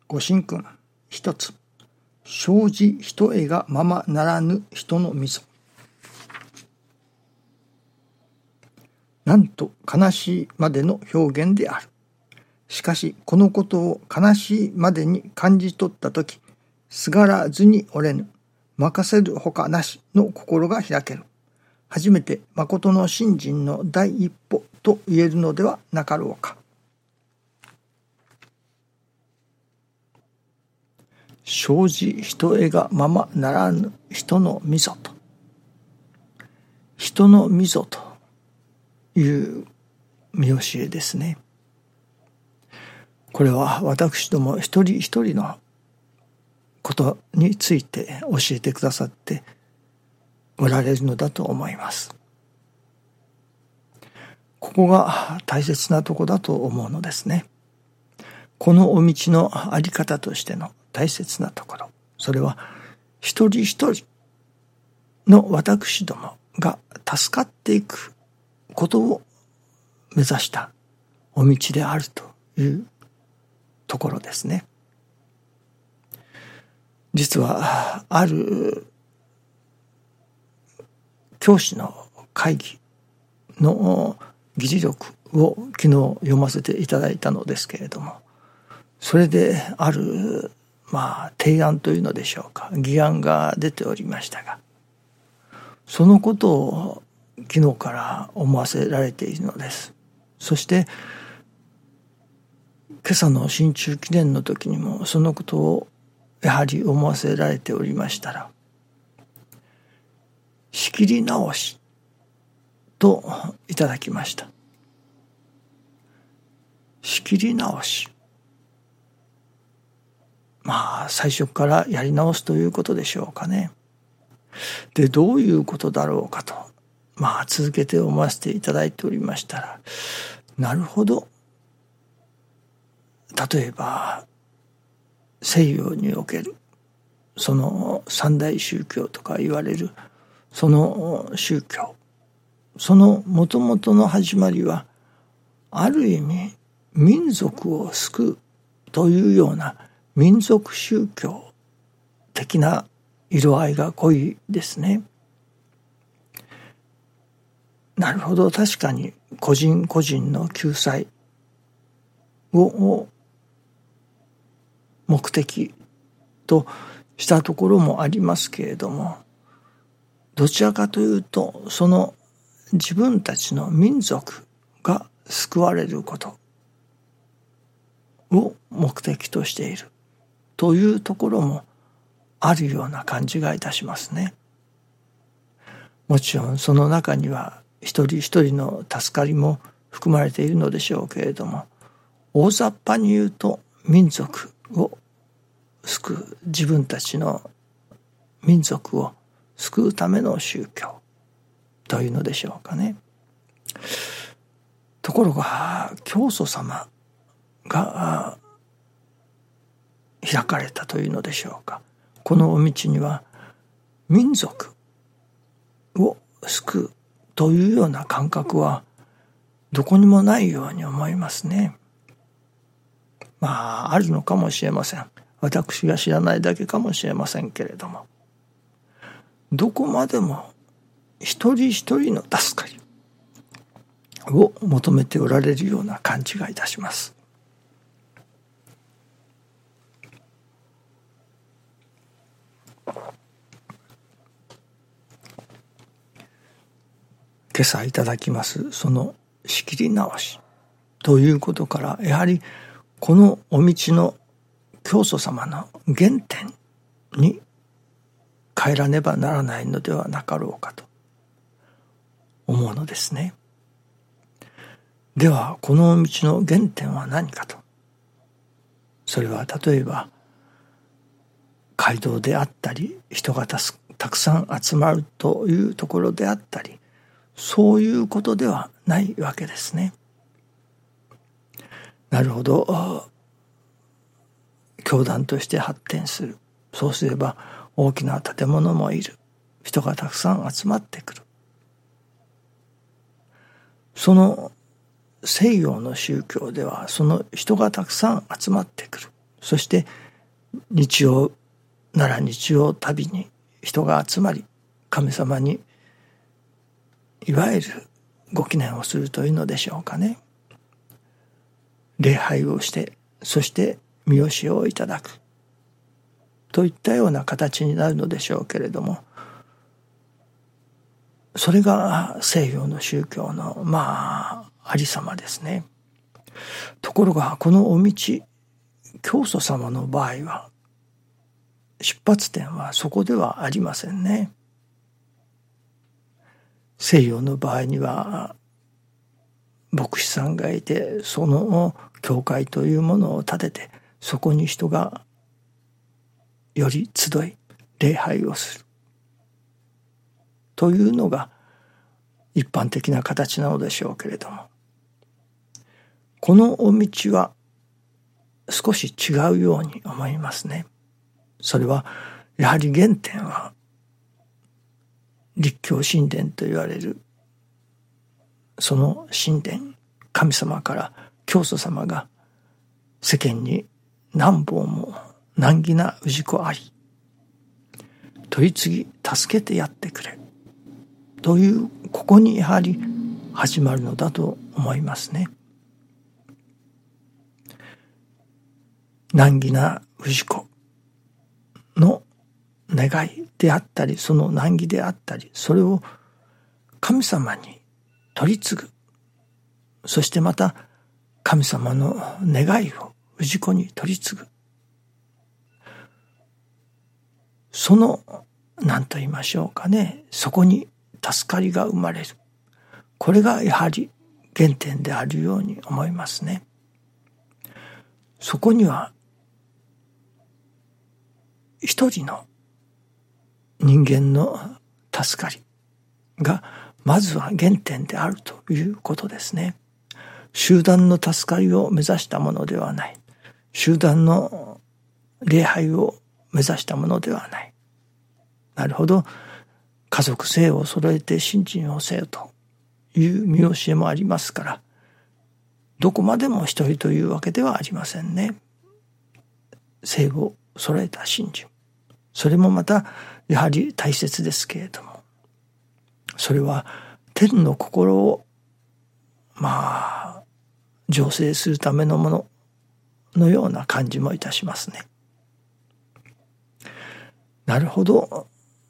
ご神君一つ、生じ一重がままならぬ人のみぞ。なんと悲しいまでの表現である。しかしこのことを悲しいまでに感じ取ったとき、すがらずに折れぬ、任せるほかなしの心が開ける。初めて誠の信心の第一歩と言えるのではなかろうか。生じ人へがままならぬ人のみぞと。人のみぞという見教えですね。これは私ども一人一人のことについて教えてくださっておられるのだと思います。ここが大切なとこだと思うのですね。このお道のあり方としての大切なところ、それは一人一人の私どもが助かっていくことを目指したお道であるというところですね。実はある教師の会議の議事録を昨日読ませていただいたのですけれども、それである提案というのでしょうか、議案が出ておりましたが、そのことを昨日から思わせられているのです。そして今朝の新中記念の時にもそのことをやはり思わせられておりましたら、仕切り直しといただきました。仕切り直し、最初からやり直すということでしょうかね。で、どういうことだろうかと続けて思わせていただいておりましたら、なるほど、例えば西洋におけるその三大宗教とか言われるその宗教、その元々の始まりはある意味民族を救うというような民族宗教的な色合いが濃いですね。なるほど、確かに個人個人の救済を目的としたところもありますけれども、どちらかというとその自分たちの民族が救われることを目的としているというところもあるような感じがいたしますね。もちろんその中には一人一人の助かりも含まれているのでしょうけれども、大雑把に言うと民族を救う、自分たちの民族を救うための宗教というのでしょうかね。ところが教祖様が開かれたというのでしょうか、このお道には民族を救うというような感覚はどこにもないように思いますね。あるのかもしれません。私が知らないだけかもしれませんけれども、どこまでも一人一人の助かりを求めておられるような感じがいたします。今朝いただきますその仕切り直しということから、やはりこのお道の教祖様の原点に帰らねばならないのではなかろうかと思うのですね。ではこの道の原点は何かと。それは例えば街道であったり、人がたくさん集まるというところであったり、そういうことではないわけですね。なるほど、教団として発展する。そうすれば大きな建物もいる。人がたくさん集まってくる。その西洋の宗教ではその人がたくさん集まってくる。 そして日曜なら日曜旅に人が集まり、神様にいわゆるご祈念をするというのでしょうかね。礼拝をして、そして御教をいただくといったような形になるのでしょうけれども、それが西洋の宗教のありさまですね。ところがこのお道、教祖様の場合は出発点はそこではありませんね。西洋の場合には牧師さんがいて、その教会というものを建てて、そこに人がより集い礼拝をするというのが一般的な形なのでしょうけれども、このお道は少し違うように思いますね。それはやはり原点は立教神殿と言われる、その神殿、神様から教祖様が世間に何本も難儀な氏子あり、取り次ぎ助けてやってくれという、ここにやはり始まるのだと思いますね。難儀な氏子の願いであったり、その難儀であったり、それを神様に取り次ぐ、そしてまた神様の願いを氏子に取り次ぐ、その何と言いましょうかね、そこに助かりが生まれる、これがやはり原点であるように思いますね。そこには一人の人間の助かりがまずは原点であるということですね。集団の助かりを目指したものではない。集団の礼拝を目指したものではない。なるほど、家族性を揃えて信心をせよという見教えもありますから、どこまでも一人というわけではありませんね。性を揃えた信心、それもまたやはり大切ですけれども、それは天の心を醸成するためのもののような感じもいたしますね。なるほど、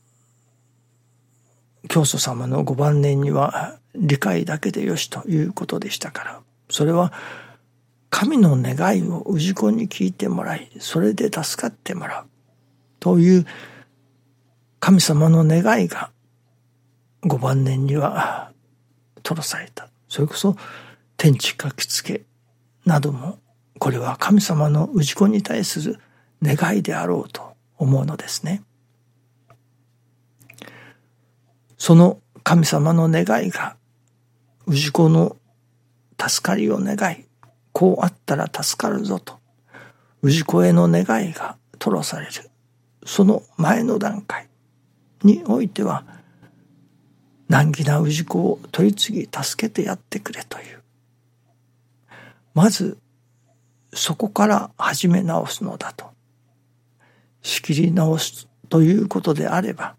教祖様のご晩年には理解だけでよしということでしたから、それは神の願いを氏子に聞いてもらい、それで助かってもらうという神様の願いがご晩年には吐露された。それこそ天地書きつけなども、これは神様の氏子に対する願いであろうと思うのですね。その神様の願いが氏子の助かりを願い、こうあったら助かるぞと氏子への願いが吐露される、その前の段階においては、難儀な氏子を取り次ぎ助けてやってくれという、まずそこから始め直すのだと。仕切り直すということであれば、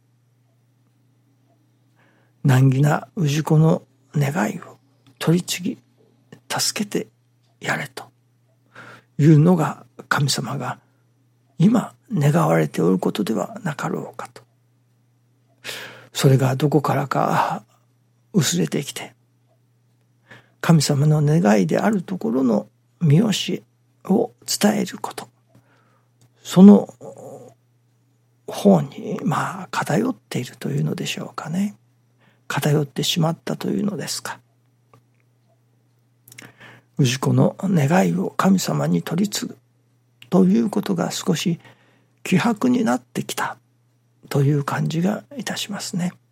難儀な氏子の願いを取り次ぎ助けてやれというのが、神様が今願われておることではなかろうかと。それがどこからか薄れてきて、神様の願いであるところの見教えを伝えること、その方に偏っているというのでしょうかね。偏ってしまったというのですか。氏子の願いを神様に取り次ぐということが少し希薄になってきたという感じがいたしますね。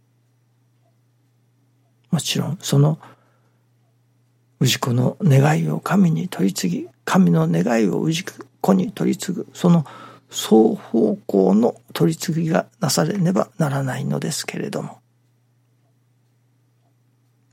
もちろんその氏子の願いを神に取り次ぎ、神の願いを氏子に取り次ぐ、その双方向の取り次ぎがなされねばならないのですけれども、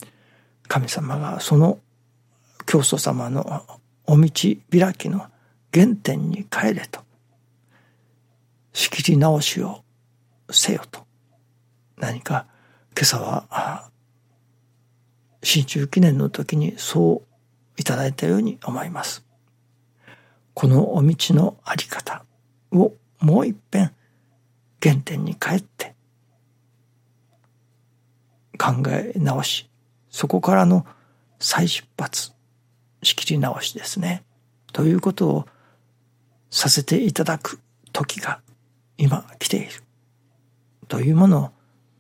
神様がその教祖様のお道開きの原点に帰れと、仕切り直しをせよと、何か今朝は新中記念の時にそういただいたように思います。このお道のあり方をもう一遍原点に帰って考え直し、そこからの再出発、仕切り直しですね、ということをさせていただく時が今来ているというものを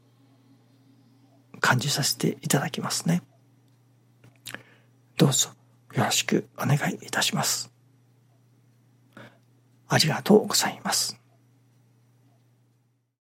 感じさせていただきますね。どうぞよろしくお願いいたします。ありがとうございます。